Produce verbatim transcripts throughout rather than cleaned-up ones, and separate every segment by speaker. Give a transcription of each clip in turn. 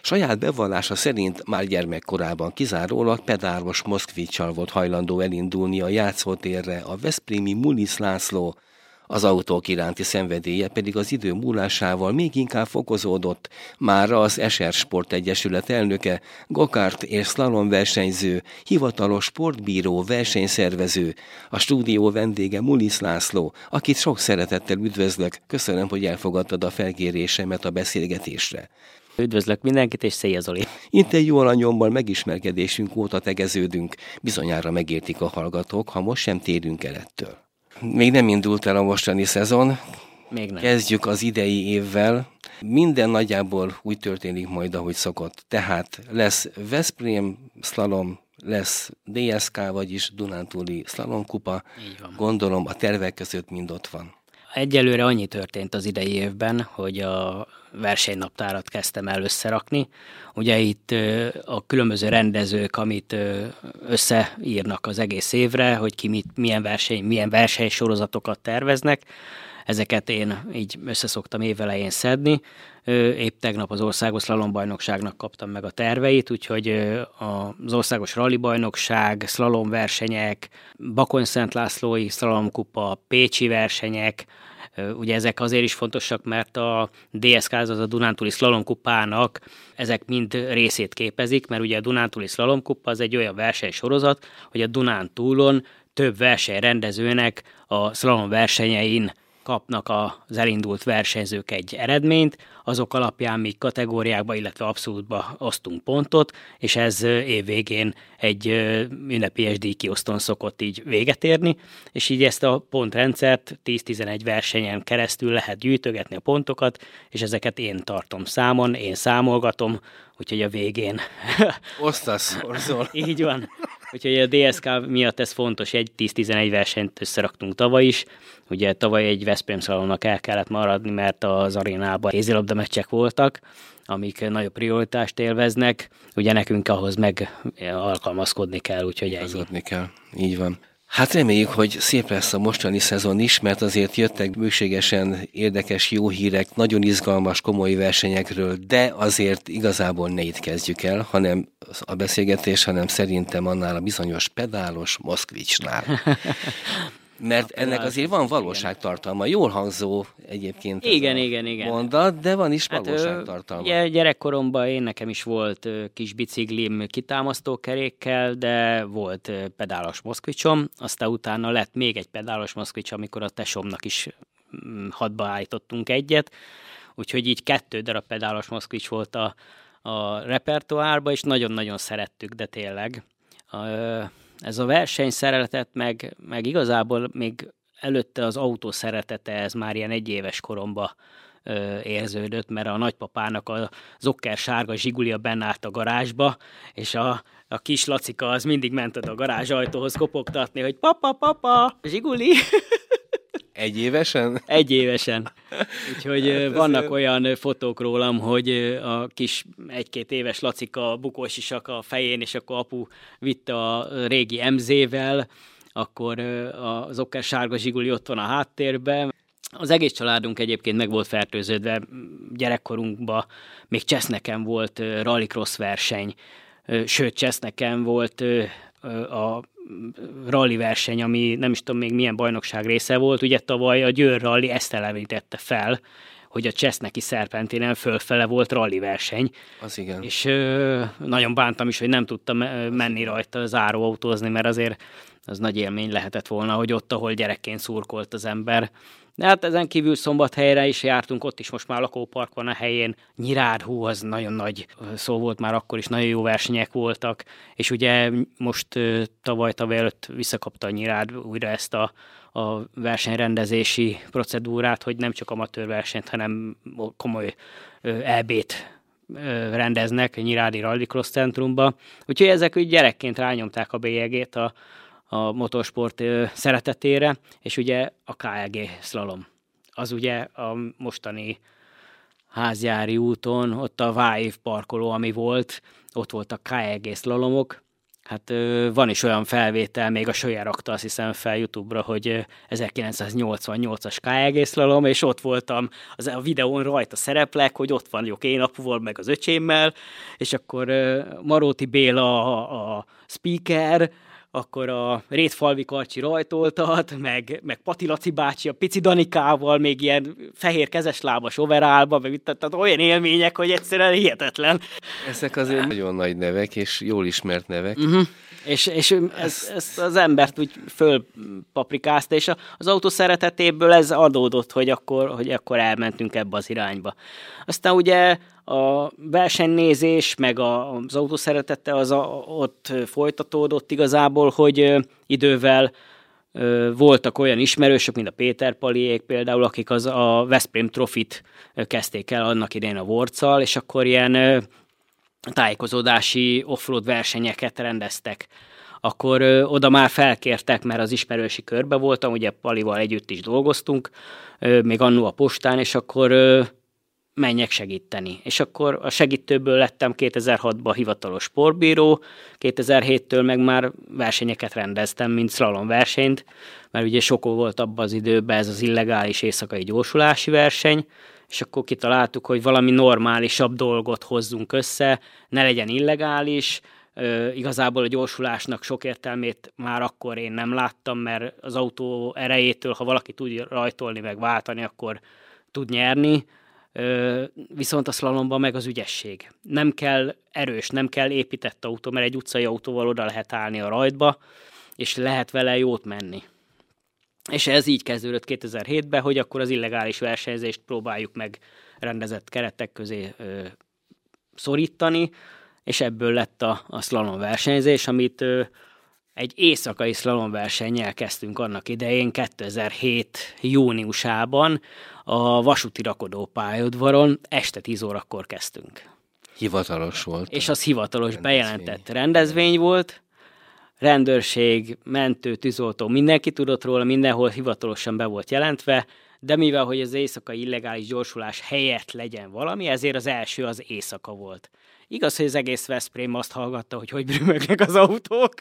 Speaker 1: Saját bevallása szerint már gyermekkorában kizárólag pedálos Moszkvicsal volt hajlandó elindulni a játszótérre a veszprémi Mulisz László, az autók iránti szenvedélye pedig az idő múlásával még inkább fokozódott. Mára az es er Sport Egyesület elnöke, gokart és slalom versenyző, hivatalos sportbíró, versenyszervező, a stúdió vendége Mulisz László, akit sok szeretettel üdvözlök. Köszönöm, hogy elfogadtad a felkérésemet a beszélgetésre.
Speaker 2: Üdvözlök mindenkit, és szia Zoli!
Speaker 1: Interjú alanyommal megismerkedésünk óta tegeződünk. Bizonyára megértik a hallgatók, ha most sem térünk el ettől. Még nem indult el a mostani szezon.
Speaker 2: Még nem.
Speaker 1: Kezdjük az idei évvel. Minden nagyjából úgy történik majd, ahogy szokott. Tehát lesz Veszprém szlalom, lesz dé es ká, vagyis Dunántúli szlalomkupa.
Speaker 2: Így van.
Speaker 1: Gondolom a tervek között mind ott van.
Speaker 2: Egyelőre annyi történt az idei évben, hogy a versenynaptárat kezdtem el összerakni. Ugye itt a különböző rendezők, amit összeírnak az egész évre, hogy ki mit, milyen verseny, milyen versenysorozatokat terveznek, ezeket én így összeszoktam évelején szedni. Épp tegnap az Országos Szlalombajnokságnak kaptam meg a terveit, úgyhogy az Országos Rallybajnokság, szlalomversenyek, Bakony-Szent Lászlói szlalomkupa, pécsi versenyek, ugye ezek azért is fontosak, mert a dé es ká, az a Dunántúli szlalomkupának ezek mind részét képezik, mert ugye a Dunántúli szlalomkupa az egy olyan versenysorozat, hogy a Dunántúlon több versenyrendezőnek a szlalom versenyein kapnak az elindult versenyzők egy eredményt, azok alapján mi kategóriákba, illetve abszolútba osztunk pontot, és ez évvégén egy ünnepélyes díjkiosztón szokott így véget érni, és így ezt a pontrendszert tíz-tizenegy versenyen keresztül lehet gyűjtögetni a pontokat, és ezeket én tartom számon, én számolgatom, úgyhogy a végén...
Speaker 1: Osztasz, szorzol.
Speaker 2: Így van. Úgyhogy a dé es ká miatt ez fontos, egy tíz-tizenegy versenyt összeraktunk tavaly is. Ugye tavaly egy Veszprém szlalomnak el kellett maradni, mert az arénában kézilabda meccsek voltak, amik nagyobb prioritást élveznek. Ugye nekünk ahhoz meg alkalmazkodni kell, úgyhogy
Speaker 1: ennyi. kell, így van. Hát reméljük, hogy szép lesz a mostani szezon is, mert azért jöttek bőségesen érdekes jó hírek, nagyon izgalmas, komoly versenyekről, de azért igazából ne itt kezdjük el, hanem a beszélgetés, hanem szerintem annál a bizonyos pedálos Moszkvicsnál. Mert ennek azért van valóságtartalma. Jól hangzó egyébként
Speaker 2: igen, igen, igen.
Speaker 1: mondat, de van is valóságtartalma.
Speaker 2: Hát, gyerekkoromban én nekem is volt kis biciklim kitámasztókerékkel, de volt pedálos Moszkvicsom, aztán utána lett még egy pedálos Moszkvics, amikor a tesómnak is hadba állítottunk egyet, úgyhogy így kettő darab pedálos Moszkvics volt a, a repertoárban, és nagyon-nagyon szerettük, de tényleg... A, ez a verseny szeretet, meg, meg igazából még előtte az autó szeretete, ez már ilyen egyéves koromban ö, érződött, mert a nagypapának a zokker sárga zsigulia benne állt a garázsba, és a, a kis Lacika az mindig ment a garázsajtóhoz kopogtatni, hogy papa, papa, zsiguli!
Speaker 1: Egy évesen?
Speaker 2: Egy évesen. Úgyhogy hát vannak olyan fotók rólam, hogy a kis egy-két éves Lacika bukós isak a fején, és akkor apu vitte a régi em zével, akkor az okker sárga zsiguli ott van a háttérben. Az egész családunk egyébként meg volt fertőződve. Gyerekkorunkban még Cseszneken volt rallycross verseny, sőt Cseszneken volt a rally verseny, ami nem is tudom még milyen bajnokság része volt. Ugye tavaly a Győr Rally ezt elevenítette fel, hogy a Cseszneki szerpentinen fölfele volt rally verseny.
Speaker 1: Az igen.
Speaker 2: És ö, nagyon bántam is, hogy nem tudtam menni rajta záróautózni, mert azért az nagy élmény lehetett volna, hogy ott, ahol gyerekként szurkolt az ember. De hát ezen kívül Szombathelyre is jártunk, ott is most már lakópark van a helyén. Nyirárd, hú, az nagyon nagy szó volt már akkor is, nagyon jó versenyek voltak, és ugye most tavaly-tavaly előtt visszakapta a Nyirárd újra ezt a, a versenyrendezési procedúrát, hogy nem csak amatőr versenyt, hanem komoly é bét rendeznek a Nyirárdi Rallycross centrumba. Úgyhogy ezek úgy gyerekként rányomták a bélyegét a a motorsport szeretetére, és ugye a ká el gé szlalom. Az ugye a mostani Házjári úton, ott a Váév parkoló, ami volt, ott volt a ká el gé szlalomok, Hát van is olyan felvétel, még a Sawyer rakta, azt hiszem fel YouTube-ra, hogy ezerkilencszáznyolcvannyolcas ká gé szlalom, és ott voltam, az, a videón rajta szereplek, hogy ott vagyok én apuval, meg az öcsémmel, és akkor Maróti Béla a, a speaker, akkor a Rétfalvi Karcsi rajtoltat, meg, meg Pati Laci bácsi a pici Danikával, még ilyen fehér kezeslábas overallba, meg tehát olyan élmények, hogy egyszerűen hihetetlen.
Speaker 1: Ezek azért nagyon nagy nevek, és jól ismert nevek.
Speaker 2: Uh-huh. És, és ez, ez az embert úgy fölpaprikázta, és az autó szeretetéből ez adódott, hogy akkor, hogy akkor elmentünk ebbe az irányba. Aztán ugye a versenynézés, meg a, az autó szeretete az a, ott folytatódott igazából, hogy idővel ö, voltak olyan ismerősök, mint a Péter Paliék például, akik az a Veszprém Trofit kezdték el annak idején a Vorccal, és akkor ilyen ö, tájékozódási offroad versenyeket rendeztek. Akkor ö, oda már felkértek, mert az ismerősi körbe voltam, ugye Palival együtt is dolgoztunk, ö, még annó a postán, és akkor ö, menjek segíteni. És akkor a segítőből lettem kétezer-hatban hivatalos sportbíró, kétezer-héttől meg már versenyeket rendeztem, mint slalom versenyt, mert ugye sok volt abban az időben ez az illegális éjszakai gyorsulási verseny, és akkor kitaláltuk, hogy valami normálisabb dolgot hozzunk össze, ne legyen illegális. Ö, igazából a gyorsulásnak sok értelmét már akkor én nem láttam, mert az autó erejétől, ha valaki tud rajtolni, meg váltani, akkor tud nyerni. Ö, viszont a szlalomban meg az ügyesség. Nem kell erős, nem kell épített autó, mert egy utcai autóval oda lehet állni a rajtba, és lehet vele jót menni. És ez így kezdődött kétezer-hétben, hogy akkor az illegális versenyzést próbáljuk meg rendezett keretek közé ö, szorítani, és ebből lett a, a szlalom versenyzés, amit ö, egy éjszakai szlalom versennyel kezdtünk annak idején, kétezer-hét júniusában a vasúti rakodó pályaudvaron, este tíz órakor kezdtünk.
Speaker 1: Hivatalos volt.
Speaker 2: És az hivatalos rendezvény. Bejelentett rendezvény volt, rendőrség, mentő, tűzoltó, mindenki tudott róla, mindenhol hivatalosan be volt jelentve, de mivel, hogy az éjszakai illegális gyorsulás helyett legyen valami, ezért az első az éjszaka volt. Igaz, hogy az egész Veszprém azt hallgatta, hogy hogy brümögnek az autók,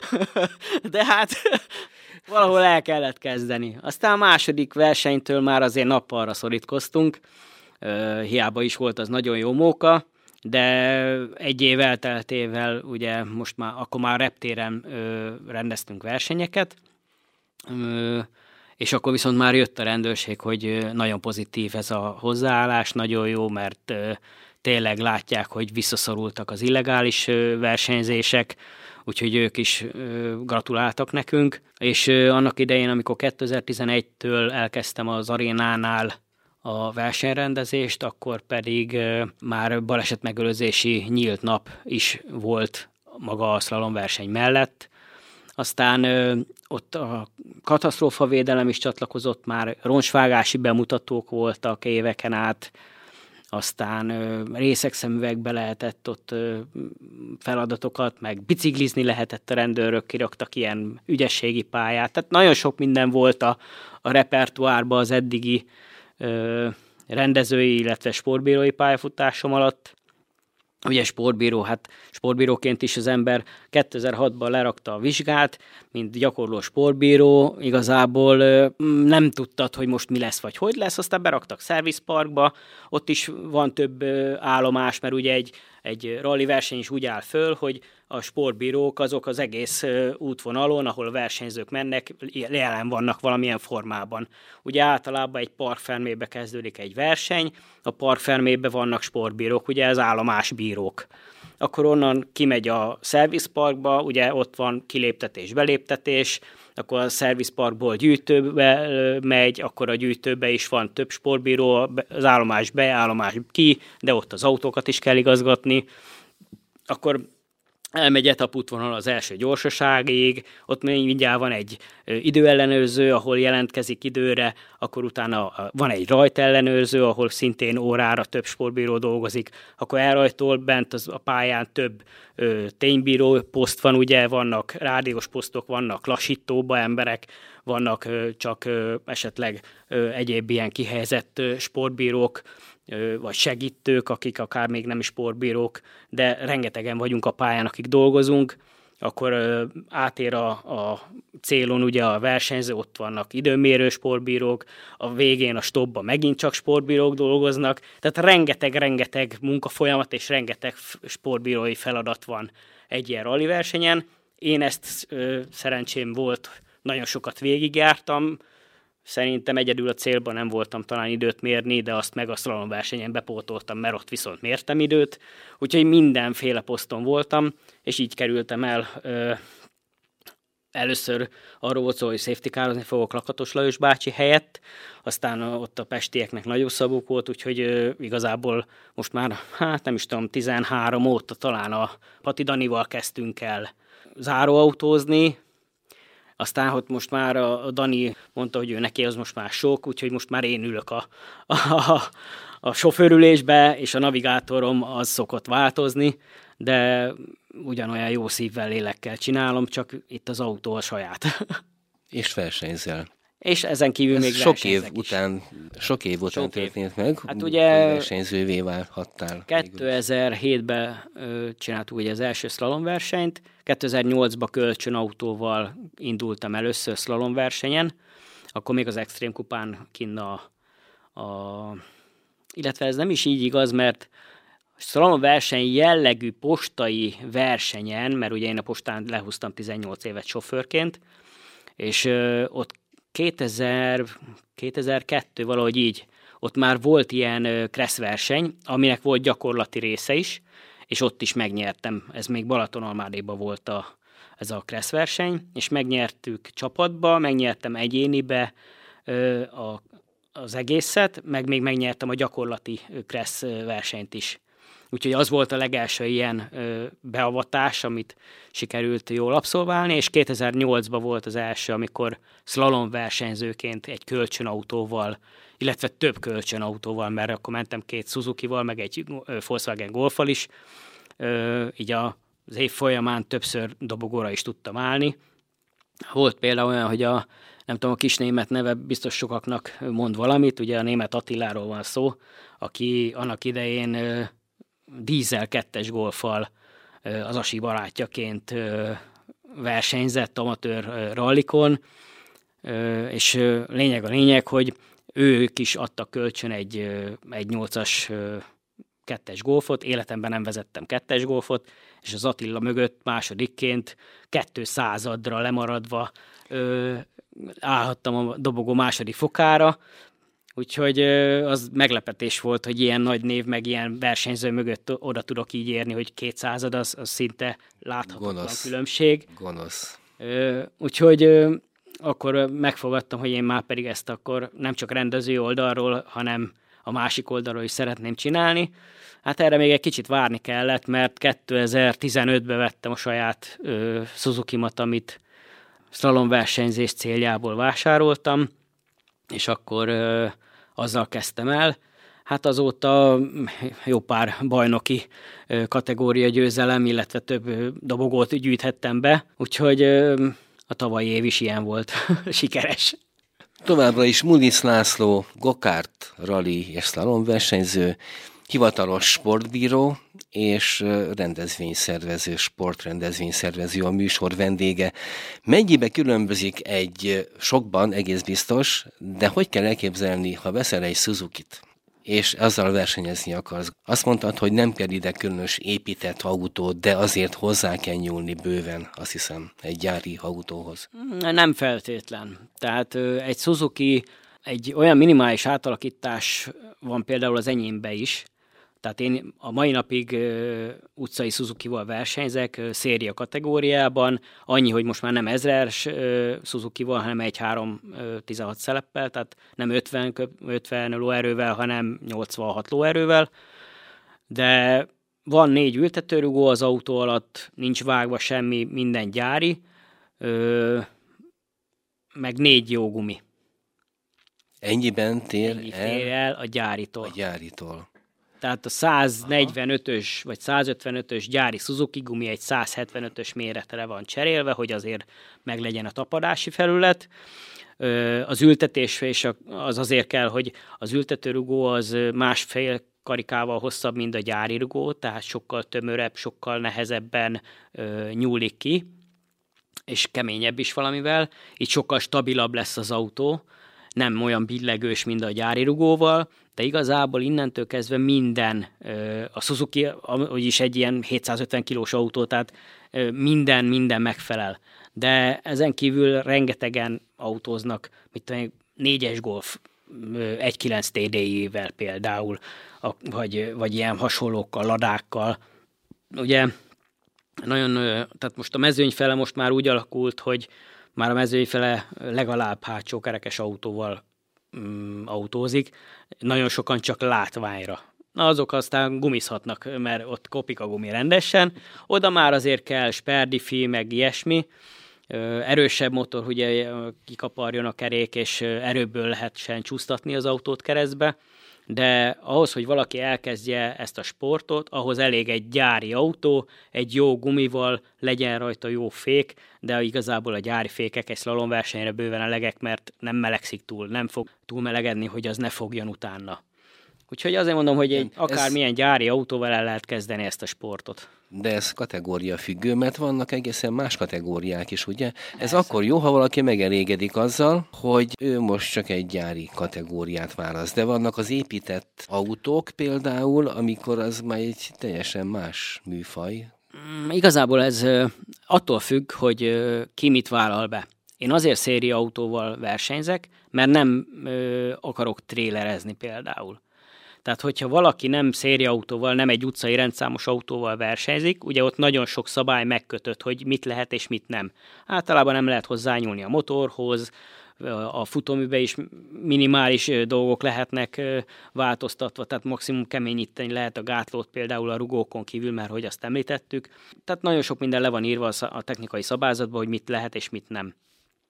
Speaker 2: de hát valahol el kellett kezdeni. Aztán a második versenytől már azért nappalra szorítkoztunk, hiába is volt az nagyon jó móka, de egy év elteltével, ugye most már, akkor már reptéren ö, rendeztünk versenyeket, ö, és akkor viszont már jött a rendőrség, hogy nagyon pozitív ez a hozzáállás, nagyon jó, mert ö, tényleg látják, hogy visszaszorultak az illegális ö, versenyzések, úgyhogy ők is ö, gratuláltak nekünk, és ö, annak idején, amikor kétezer-tizenegytől elkezdtem az arénánál a versenyrendezést, akkor pedig uh, már balesetmegölőzési nyílt nap is volt maga a szlalom verseny mellett. Aztán uh, ott a katasztrófavédelem is csatlakozott, már roncsvágási bemutatók voltak éveken át, aztán uh, részegszemüvegbe lehetett ott uh, feladatokat, meg biciklizni lehetett, a rendőrök kiraktak ilyen ügyességi pályát. Tehát nagyon sok minden volt a, a repertoárban az eddigi rendezői, illetve sportbírói pályafutásom alatt. Ugye sportbíró, hát sportbíróként is az ember kétezer-hatban lerakta a vizsgát, mint gyakorló sportbíró, igazából nem tudtad, hogy most mi lesz, vagy hogy lesz, aztán beraktak szervizparkba, ott is van több állomás, mert ugye egy, egy rally verseny is úgy áll föl, hogy a sportbírók azok az egész útvonalon, ahol a versenyzők mennek, jelen vannak valamilyen formában. Ugye általában egy parkfermébe kezdődik egy verseny, a parkfermébe vannak sportbírók, ugye az állomásbírók. Akkor onnan kimegy a szervizparkba, ugye ott van kiléptetés, beléptetés, akkor a szervizparkból gyűjtőbe megy, akkor a gyűjtőbe is van több sportbíró, az állomás be, állomás ki, de ott az autókat is kell igazgatni. Akkor elmegy etap útvonal az első gyorsaságig, ott mindjárt van egy időellenőrző, ahol jelentkezik időre, akkor utána van egy rajtellenőrző, ahol szintén órára több sportbíró dolgozik, akkor elrajtol bent az, a pályán több ö, ténybíró poszt van, ugye vannak rádiós posztok, vannak lassítóba emberek, vannak ö, csak ö, esetleg ö, egyéb ilyen kihelyezett ö, sportbírók, vagy segítők, akik akár még nem is sportbírók, de rengetegen vagyunk a pályán, akik dolgozunk, akkor ö, átér a, a célon ugye a versenyző, ott vannak időmérő sportbírók, a végén a stopban megint csak sportbírók dolgoznak, tehát rengeteg-rengeteg munkafolyamat és rengeteg sportbírói feladat van egy ilyen rally versenyen. Én ezt ö, szerencsém volt, nagyon sokat végigjártam, szerintem egyedül a célban nem voltam talán időt mérni, de azt meg a slalom versenyen bepótoltam, mert ott viszont mértem időt, úgyhogy mindenféle poszton voltam, és így kerültem el. Ö, először arról volt szó, hogy safety carozni fogok Lakatos Lajos bácsi helyett, aztán ott a pestieknek nagyobb szabuk volt, úgyhogy ö, igazából most már, hát nem is tudom, tizenhárom óta talán a Pati Danival kezdtünk el záróautózni, aztán, hogy most már a Dani mondta, hogy ő neki az most már sok, úgyhogy most már én ülök a, a, a sofőrülésbe, és a navigátorom az szokott változni, de ugyanolyan jó szívvel, lélekkel csinálom, csak itt az autó a saját.
Speaker 1: És versenyzel.
Speaker 2: És ezen kívül
Speaker 1: Ez
Speaker 2: még
Speaker 1: sok év
Speaker 2: versenyzek is.
Speaker 1: után, sok év után
Speaker 2: Sok év.
Speaker 1: történt meg,
Speaker 2: Hát
Speaker 1: hogy
Speaker 2: ugye
Speaker 1: versenyzővé válhattál.
Speaker 2: kétezer-hétben ö, csináltuk ugye az első szlalomversenyt, kétezer-nyolcban kölcsönautóval indultam először szlalomversenyen, akkor még az Extreme kupán kinn a, a... Illetve ez nem is így igaz, mert szlalomverseny jellegű postai versenyen, mert ugye én a postán lehúztam tizennyolc évet sofőrként, és ö, ott kétezer, kétezer-kettő valahogy így, ott már volt ilyen kresszverseny, aminek volt gyakorlati része is, és ott is megnyertem. Ez még Balatonalmádéban volt a, ez a kresszverseny, és megnyertük csapatba, megnyertem egyénibe ö, a, az egészet, meg még megnyertem a gyakorlati kressz versenyt is. Úgyhogy az volt a legelső ilyen ö, beavatás, amit sikerült jól abszolválni, és kétezer-nyolcban volt az első, amikor slalom versenyzőként egy kölcsönautóval, illetve több kölcsönautóval, mert akkor mentem két Suzukival, meg egy Volkswagen Golffal is, ö, így a, az év folyamán többször dobogóra is tudtam állni. Volt például olyan, hogy a, nem tudom, a kis német neve biztos sokaknak mond valamit, ugye a Németh Attiláról van szó, aki annak idején ö, dízel kettes Golffal az Asi barátjaként versenyzett amatőr rallikon, és lényeg a lényeg, hogy ők is adtak kölcsön egy, egy nyolcas kettes Golfot, életemben nem vezettem kettes Golfot, és az Attila mögött másodikként kétszázadra lemaradva állhattam a dobogó második fokára, úgyhogy az meglepetés volt, hogy ilyen nagy név, meg ilyen versenyző mögött oda tudok így érni, hogy kétszázad, az, az szinte láthatatlan Gonosz. különbség.
Speaker 1: Gonosz.
Speaker 2: Úgyhogy akkor megfogadtam, hogy én már pedig ezt akkor nem csak rendező oldalról, hanem a másik oldalról is szeretném csinálni. Hát erre még egy kicsit várni kellett, mert kétezer-tizenötben vettem a saját ö, Suzuki-mat, amit szlalomversenyzés céljából vásároltam, és akkor ö, azzal kezdtem el. Hát azóta jó pár bajnoki ö, kategória győzelem, illetve több ö, dobogót gyűjthettem be, úgyhogy ö, a tavalyi év is ilyen volt, sikeres.
Speaker 1: Továbbra is Muniz László, gokárt, rali és szlalom versenyző, hivatalos sportbíró és rendezvényszervező, sportrendezvényszervező a műsor vendége. Mennyibe különbözik egy sokban, egész biztos, de hogy kell elképzelni, ha veszel egy Suzukit, és azzal versenyezni akarsz? Azt mondtad, hogy nem kell ide különös épített autót, de azért hozzá kell nyúlni bőven, azt hiszem, egy gyári autóhoz.
Speaker 2: Nem feltétlen. Tehát egy Suzuki, egy olyan minimális átalakítás van például az enyémbe is. Tehát én a mai napig uh, utcai Suzukival versenyzek, uh, széria kategóriában, annyi, hogy most már nem ezres uh, Suzukival, hanem egy három tizenhat szeleppel, tehát nem ötven, ötven lóerővel, hanem nyolcvanhat lóerővel, de van négy ültetőrugó az autó alatt, nincs vágva semmi, minden gyári, uh, meg négy jó gumi.
Speaker 1: Ennyiben tér
Speaker 2: Ennyi
Speaker 1: el,
Speaker 2: tér el a gyáritól.
Speaker 1: A gyáritól.
Speaker 2: Tehát a száznegyvenötös vagy százötvenötös gyári Suzuki gumi egy százhetvenötös méretre van cserélve, hogy azért meglegyen a tapadási felület. Az ültetés és az azért kell, hogy az ültetőrugó az másfél karikával hosszabb, mint a gyári rugó, tehát sokkal tömörebb, sokkal nehezebben ö, nyúlik ki, és keményebb is valamivel, így sokkal stabilabb lesz az autó, nem olyan billegős, mint a gyári rugóval, de igazából innentől kezdve minden, a Suzuki, vagyis egy ilyen hétszázötven kilós autó, tehát minden, minden megfelel. De ezen kívül rengetegen autóznak, mit tudom, négyes Golf egy egész kilenc té dé i-vel például, vagy, vagy ilyen hasonlókkal, ladákkal. Ugye nagyon, tehát most a mezőnyfele most már úgy alakult, hogy már a mezőnyfele legalább hátsó kerekes autóval mm, autózik, nagyon sokan csak látványra. Na, azok aztán gumizhatnak, mert ott kopik a gumi rendesen. Oda már azért kell sperdifi, meg ilyesmi. Erősebb motor, ugye kikaparjon a kerék, és erőbből lehessen csúsztatni az autót keresztbe. De ahhoz, hogy valaki elkezdje ezt a sportot, ahhoz elég egy gyári autó, egy jó gumival, legyen rajta jó fék, de igazából a gyári fékek egy szlalomversenyre bőven elegek, mert nem melegszik túl, nem fog túl melegedni, hogy az ne fogjon utána. Úgyhogy azért mondom, hogy egy akármilyen gyári autóval el lehet kezdeni ezt a sportot.
Speaker 1: De ez kategória függő, mert vannak egészen más kategóriák is, ugye? Ez akkor jó, ha valaki megelégedik azzal, hogy ő most csak egy gyári kategóriát választ. De vannak az épített autók például, amikor az már egy teljesen más műfaj.
Speaker 2: Mm, igazából ez ö, attól függ, hogy ö, ki mit vállal be. Én azért széria autóval versenyzek, mert nem ö, akarok trélerezni például. Tehát, hogyha valaki nem szériaautóval, nem egy utcai rendszámos autóval versenyzik, ugye ott nagyon sok szabály megkötött, hogy mit lehet és mit nem. Általában nem lehet hozzányúlni a motorhoz, a futóműbe is minimális dolgok lehetnek változtatva, tehát maximum keményíteni lehet a gátlót például a rugókon kívül, mert hogy azt említettük. Tehát nagyon sok minden le van írva a technikai szabályzatban, hogy mit lehet és mit nem.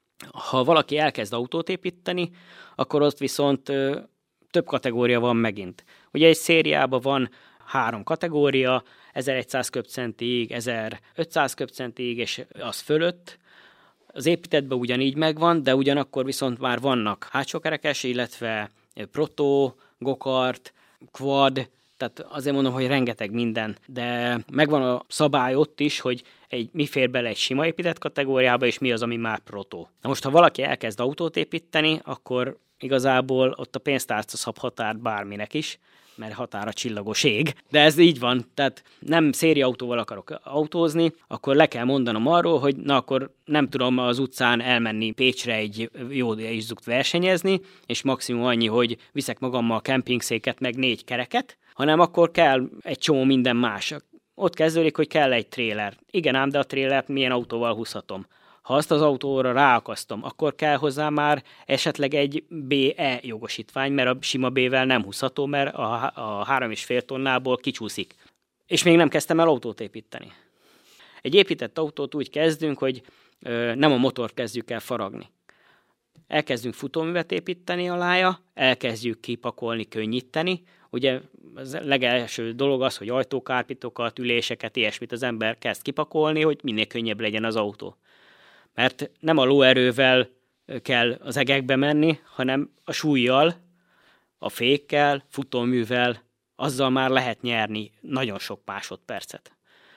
Speaker 2: Ha valaki elkezd autót építeni, akkor ott viszont több kategória van megint. Ugye egy szériában van három kategória, ezerszáz köbcentig, ezerötszáz köbcentig, és az fölött. Az építettben ugyanígy megvan, de ugyanakkor viszont már vannak hátsókerekes, illetve proto, gokart, quad, tehát azért mondom, hogy rengeteg minden, de megvan a szabály ott is, hogy egy, mi fér bele egy sima épített kategóriába, és mi az, ami már proto. Na most, ha valaki elkezd autót építeni, akkor igazából ott a pénztárca szab határt bárminek is, mert határa csillagos ég. De ez így van, tehát nem szériaautóval akarok autózni, akkor le kell mondanom arról, hogy na akkor nem tudom az utcán elmenni Pécsre egy jó izzukt versenyezni, és maximum annyi, hogy viszek magammal a kempingszéket, meg négy kereket, hanem akkor kell egy csomó minden más. Ott kezdődik, hogy kell egy tréler. Igen ám, de a trélert milyen autóval húzhatom. Ha azt az autóra ráakasztom, akkor kell hozzá már esetleg egy bé e jogosítvány, mert a sima B-vel nem húzható, mert a, a három és fél tonnából kicsúszik. És még nem kezdtem el autót építeni. Egy épített autót úgy kezdünk, hogy ö, nem a motort kezdjük el faragni. Elkezdünk futóművet építeni alája, elkezdjük kipakolni, könnyíteni. Ugye az legelső dolog az, hogy ajtókárpitokat, üléseket, ilyesmit az ember kezd kipakolni, hogy minél könnyebb legyen az autó. Mert nem a lóerővel kell az egekbe menni, hanem a súlyjal, a fékkel, futóművel, azzal már lehet nyerni nagyon sok másodpercet.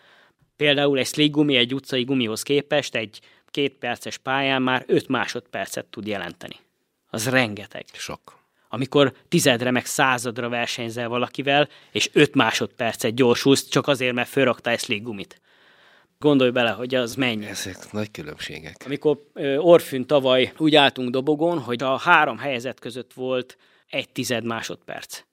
Speaker 2: Például egy slick gumi egy utcai gumihoz képest egy két perces pályán már öt másodpercet tud jelenteni. Az rengeteg.
Speaker 1: Sok.
Speaker 2: Amikor tizedre meg századra versenyzel valakivel, és öt másodpercet gyorsulsz, csak azért, mert fölraktál egy slick gumit. Gondolj bele, hogy az mennyi.
Speaker 1: Ezek nagy különbségek.
Speaker 2: Amikor Orfűn tavaly úgy álltunk dobogón, hogy a három helyezett között volt egy tized másodperc.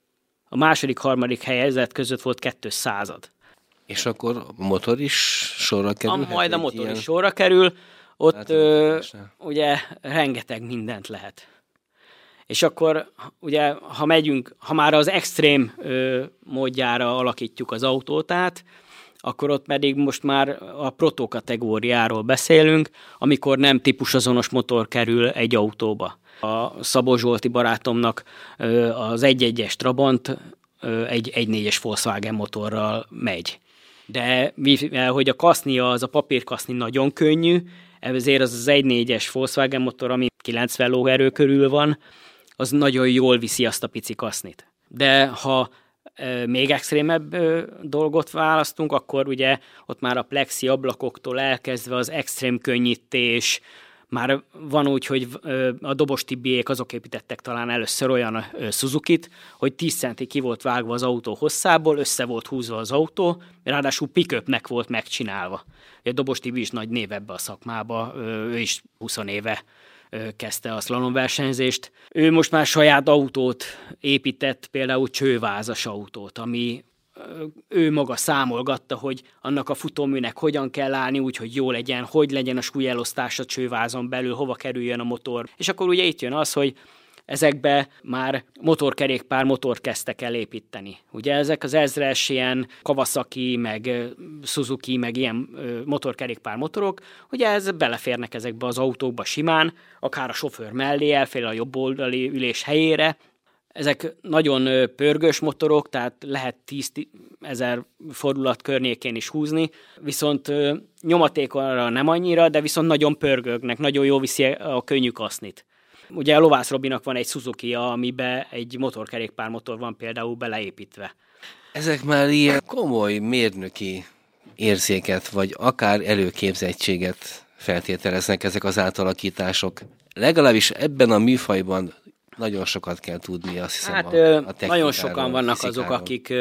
Speaker 2: A második, harmadik helyezett között volt kettő század.
Speaker 1: És akkor a motor is sorra kerül?
Speaker 2: A, majd a motor ilyen... is sorra kerül. Ott ö, ugye rengeteg mindent lehet. És akkor ugye, ha megyünk, ha már az extrém ö, módjára alakítjuk az autót át, akkor ott pedig most már a proto kategóriáról beszélünk, amikor nem típusazonos motor kerül egy autóba. A Szabó Zsolti barátomnak az egy egyes Trabant egy egy négyes Volkswagen motorral megy. De mivel, hogy a kasznia, az a papírkaszni nagyon könnyű, ezért az az egy négyes Volkswagen motor, ami kilencven lóerő körül van, az nagyon jól viszi azt a pici kasznit. De ha még extrémebb dolgot választunk, akkor ugye ott már a plexi ablakoktól elkezdve az extrém könnyítés, már van úgy, hogy a Dobos Tibiék azok építettek talán először olyan Suzukit, hogy tíz centi ki volt vágva az autó hosszából, össze volt húzva az autó, ráadásul pick-upnek volt megcsinálva. A Dobos Tibi is nagy név ebbe a szakmába, ő is húsz éve kezdte a szlalomversenyzést. Ő most már saját autót épített, például csővázas autót, ami ő maga számolgatta, hogy annak a futóműnek hogyan kell állni, úgy, hogy jó legyen, hogy legyen a súlyelosztás a csővázon belül, hova kerüljön a motor. És akkor ugye itt jön az, hogy ezekbe már motorkerékpár motor kezdtek el építeni. Ugye ezek az ezres ilyen Kawasaki, meg Suzuki, meg ilyen motorkerékpár motorok, ugye ez beleférnek ezekbe az autókba simán, akár a sofőr mellé elfér a jobb oldali ülés helyére. Ezek nagyon pörgős motorok, tehát lehet tízezer fordulat környékén is húzni, viszont nyomatékonra nem annyira, de viszont nagyon pörgőknek, nagyon jó viszi a könnyű kasznit. Ugye a Lovász Robinak van egy Suzuki-ja, amiben egy motorkerékpár motor van például beleépítve.
Speaker 1: Ezek már ilyen komoly mérnöki érzéket, vagy akár előképzettséget feltételeznek ezek az átalakítások. Legalábbis ebben a műfajban nagyon sokat kell tudni, azt hiszem,
Speaker 2: hát,
Speaker 1: a, a
Speaker 2: nagyon sokan vannak
Speaker 1: fizikáról.
Speaker 2: azok, akik,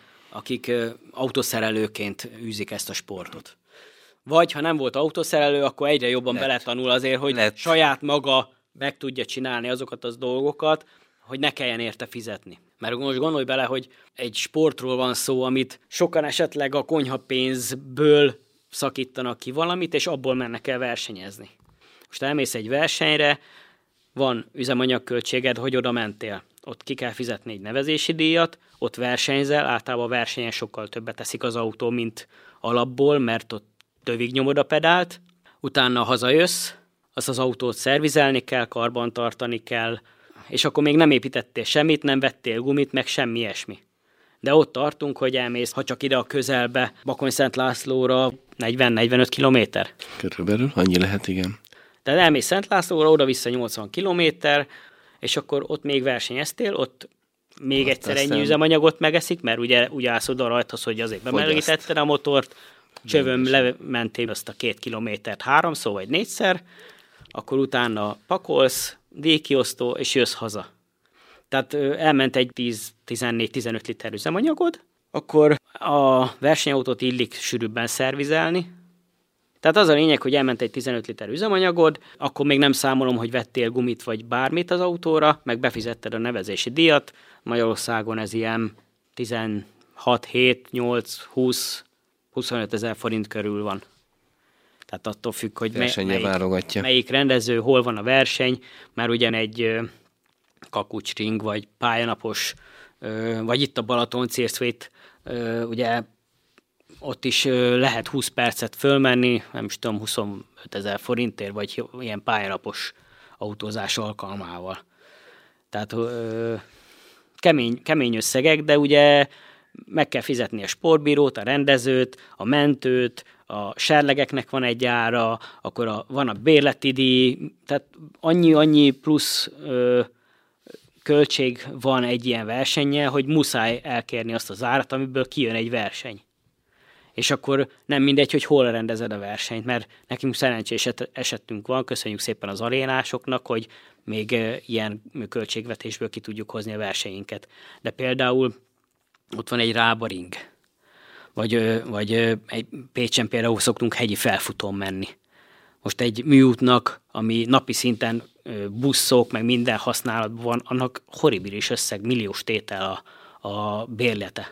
Speaker 2: akik autószerelőként űzik ezt a sportot. Vagy ha nem volt autószerelő, akkor egyre jobban Lett. beletanul azért, hogy Lett. saját maga meg tudja csinálni azokat az dolgokat, hogy ne kelljen érte fizetni. Mert most gondolj bele, hogy egy sportról van szó, amit sokan esetleg a konyhapénzből szakítanak ki valamit, és abból mennek el versenyezni. Most elmész egy versenyre, van üzemanyagköltséged, hogy oda mentél. Ott ki kell fizetni egy nevezési díjat, ott versenyzel, általában a versenyen sokkal többet teszik az autó, mint alapból, mert ott tövig nyomod a pedált, utána hazajössz, azt az autót szervizelni kell, karbantartani kell, és akkor még nem építettél semmit, nem vettél gumit, meg semmi ilyesmi. De ott tartunk, hogy elmész, ha csak ide a közelbe, Bakony-Szent Lászlóra negyven-negyvenöt kilométer.
Speaker 1: Körülbelül, annyi lehet, igen.
Speaker 2: Tehát elmész Szent Lászlóra, oda-vissza nyolcvan kilométer, és akkor ott még versenyeztél, ott még azt egyszer aztán... ennyi üzemanyagot megeszik, mert ugye úgy állsz oda rajtasz, hogy azért bemelegítetted a motort, csövön lementél azt a két kilométert háromszor vagy négyszer, akkor utána pakolsz, díjkiosztó, és jössz haza. Tehát elment egy tíz-tizennégy-tizenöt liter üzemanyagod, akkor a versenyautót illik sűrűbben szervizelni. Tehát az a lényeg, hogy elment egy tizenöt liter üzemanyagod, akkor még nem számolom, hogy vettél gumit vagy bármit az autóra, meg befizetted a nevezési díjat. Magyarországon ez ilyen tizenhat, hét, nyolc, húsz, huszonöt ezer forint körül van. Tehát attól függ, hogy melyik, melyik rendező, hol van a verseny, már ugyan egy kakucsring, vagy pályanapos, vagy itt a Balaton Cirszvét, ugye ott is lehet húsz percet fölmenni, nem is tudom, huszonöt ezer forintért, vagy ilyen pályanapos autózás alkalmával. Tehát kemény, kemény összegek, de ugye meg kell fizetni a sportbírót, a rendezőt, a mentőt, a serlegeknek van egy ára, akkor a, van a bérleti díj, tehát annyi-annyi plusz ö, költség van egy ilyen versennyel, hogy muszáj elkérni azt az árat, amiből kijön egy verseny. És akkor nem mindegy, hogy hol rendezed a versenyt, mert nekünk szerencsés esetünk van, köszönjük szépen az arénásoknak, hogy még ilyen költségvetésből ki tudjuk hozni a versenyinket. De például ott van egy Rábaring, vagy, vagy egy Pécsen például szoktunk hegyi felfutón menni. Most egy műútnak, ami napi szinten buszok, meg minden használatban van, annak horribilis összeg, milliós tétel a, a bérlete.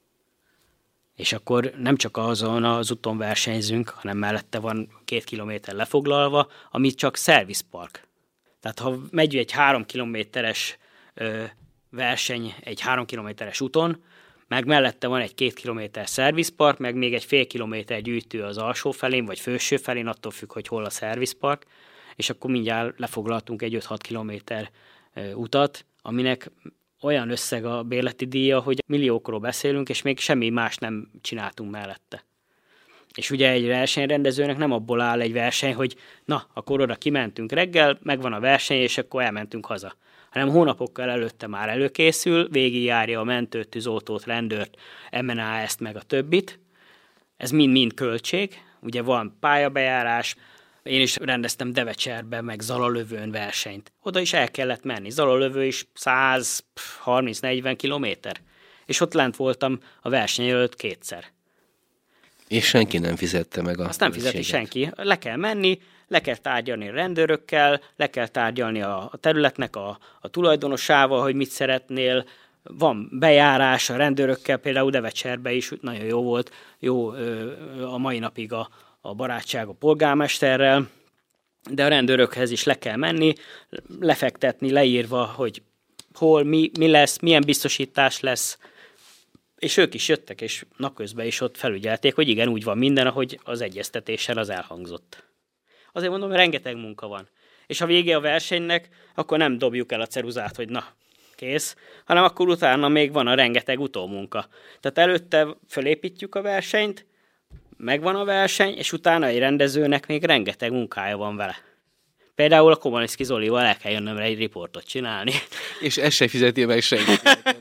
Speaker 2: És akkor nem csak azon az úton versenyzünk, hanem mellette van két kilométer lefoglalva, ami csak szervizpark. Tehát ha megy egy három kilométeres ö, verseny egy három kilométeres úton, meg mellette van egy két kilométer szervizpark, meg még egy fél kilométer gyűjtő az alsó felén, vagy felső felén, attól függ, hogy hol a szervizpark, és akkor mindjárt lefoglaltunk egy öt-hat kilométer utat, aminek olyan összeg a bérleti díja, hogy milliókról beszélünk, és még semmi más nem csináltunk mellette. És ugye egy versenyrendezőnek nem abból áll egy verseny, hogy na, akkor oda kimentünk reggel, megvan a verseny, és akkor elmentünk haza. hanem hónapokkal előtte már előkészül, végigjárja a mentőt, tűzoltót, rendőrt, em en á est meg a többit. Ez mind-mind költség, ugye van pályabejárás, én is rendeztem Devecserbe, meg Zalalövőn versenyt. Oda is el kellett menni. Zalalövő is száz harminc-negyven kilométer. És ott lent voltam a verseny előtt kétszer.
Speaker 1: És senki nem fizette meg a
Speaker 2: Azt nem fizeti senki. Le kell menni, le kell tárgyalni a rendőrökkel, le kell tárgyalni a, a területnek a, a tulajdonosával, hogy mit szeretnél. Van bejárás a rendőrökkel, például Devecserbe is nagyon jó volt. Jó a mai napig a, a barátság a polgármesterrel, de a rendőrökhez is le kell menni, lefektetni, leírva, hogy hol, mi, mi lesz, milyen biztosítás lesz, és ők is jöttek, és napközben is ott felügyelték, hogy igen, úgy van minden, ahogy az egyeztetéssel az elhangzott. Azért mondom, hogy rengeteg munka van. És ha vége a versenynek, akkor nem dobjuk el a ceruzát, hogy na, kész, hanem akkor utána még van a rengeteg utómunka. Tehát előtte fölépítjük a versenyt, megvan a verseny, és utána egy rendezőnek még rengeteg munkája van vele. Például a Komaniszki Zolival el kell jönnöm egy riportot csinálni.
Speaker 1: És ez se fizeti meg senki.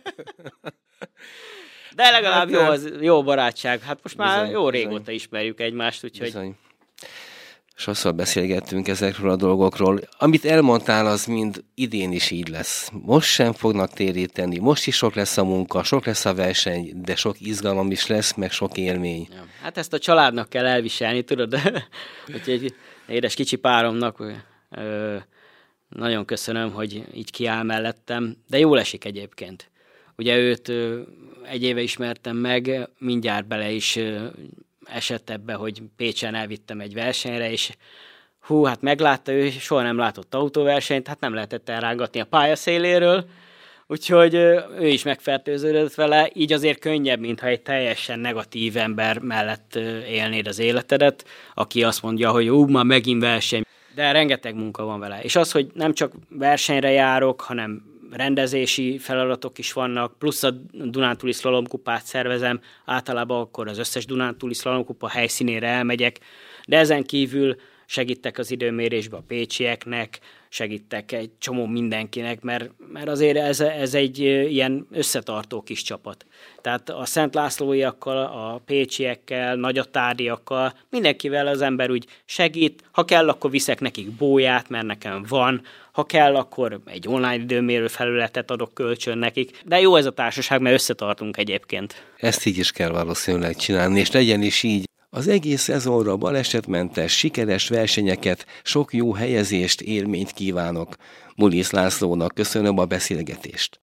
Speaker 2: De legalább hát, jó, az, jó barátság. Hát most már
Speaker 1: bizony,
Speaker 2: jó régóta
Speaker 1: bizony.
Speaker 2: ismerjük egymást, úgyhogy...
Speaker 1: Bizony. Sokszor beszélgettünk ezekről a dolgokról. Amit elmondtál, az mind idén is így lesz. Most sem fognak téríteni, most is sok lesz a munka, sok lesz a verseny, de sok izgalom is lesz, meg sok élmény.
Speaker 2: Ja, hát ezt a családnak kell elviselni, tudod? Úgyhogy édes kicsi páromnak ö, nagyon köszönöm, hogy így kiáll mellettem, de jól esik egyébként. Ugye őt ö, egy éve ismertem meg, mindjárt bele is ö, esett ebbe, hogy Pécsen elvittem egy versenyre, és hú, hát meglátta, ő soha nem látott autóversenyt, hát nem lehetett elrángatni a pályaszéléről, úgyhogy ő is megfertőződött vele, így azért könnyebb, mintha egy teljesen negatív ember mellett élnéd az életedet, aki azt mondja, hogy ú, már megint verseny. De rengeteg munka van vele. És az, hogy nem csak versenyre járok, hanem rendezési feladatok is vannak, plusz a Dunántúli szlalomkupát szervezem, általában akkor az összes Dunántúli szlalomkupa helyszínére elmegyek, de ezen kívül segítek az időmérésbe a pécsieknek, segítek egy csomó mindenkinek, mert, mert azért ez, ez egy ilyen összetartó kis csapat. Tehát a Szent Lászlóiakkal, a pécsiekkel, nagyatárdiakkal, mindenkivel az ember úgy segít, ha kell, akkor viszek nekik bóját, mert nekem van, ha kell, akkor egy online időmérő felületet adok kölcsön nekik. De jó ez a társaság, mert összetartunk egyébként.
Speaker 1: Ezt így is kell valószínűleg csinálni, és legyen is így. Az egész szezonra balesetmentes, sikeres versenyeket, sok jó helyezést, élményt kívánok. Mulisz Lászlónak köszönöm a beszélgetést.